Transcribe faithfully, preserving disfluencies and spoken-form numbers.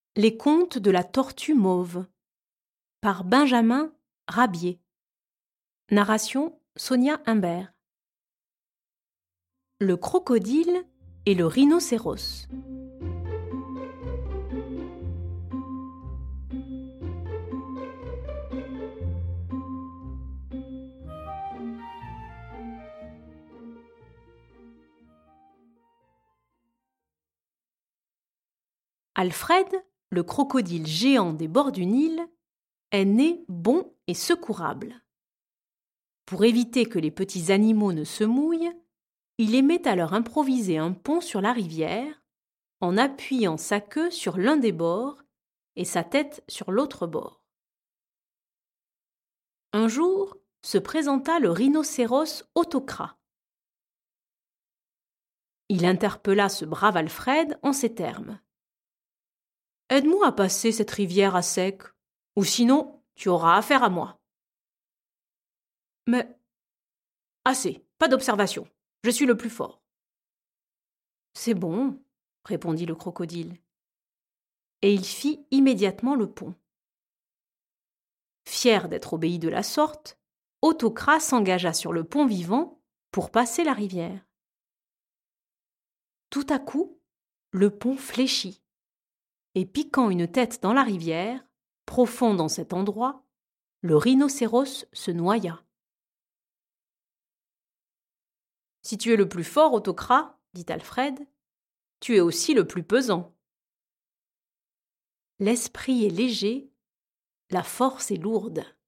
Les contes de la tortue mauve par Benjamin Rabier. Narration Sonia Humbert. Le crocodile et le rhinocéros. Alfred, le crocodile géant des bords du Nil, est né bon et secourable. Pour éviter que les petits animaux ne se mouillent, il aimait alors improviser un pont sur la rivière en appuyant sa queue sur l'un des bords et sa tête sur l'autre bord. Un jour se présenta le rhinocéros Autocrat. Il interpella ce brave Alfred en ces termes. « Aide-moi à passer cette rivière à sec, ou sinon tu auras affaire à moi. » « Mais assez, pas d'observation, je suis le plus fort. »« C'est bon, » répondit le crocodile. Et il fit immédiatement le pont. Fier d'être obéi de la sorte, Autocrat s'engagea sur le pont vivant pour passer la rivière. Tout à coup, le pont fléchit, et piquant une tête dans la rivière, profond dans cet endroit, le rhinocéros se noya. « Si tu es le plus fort, Autocrat, dit Alfred, tu es aussi le plus pesant. » L'esprit est léger, la force est lourde.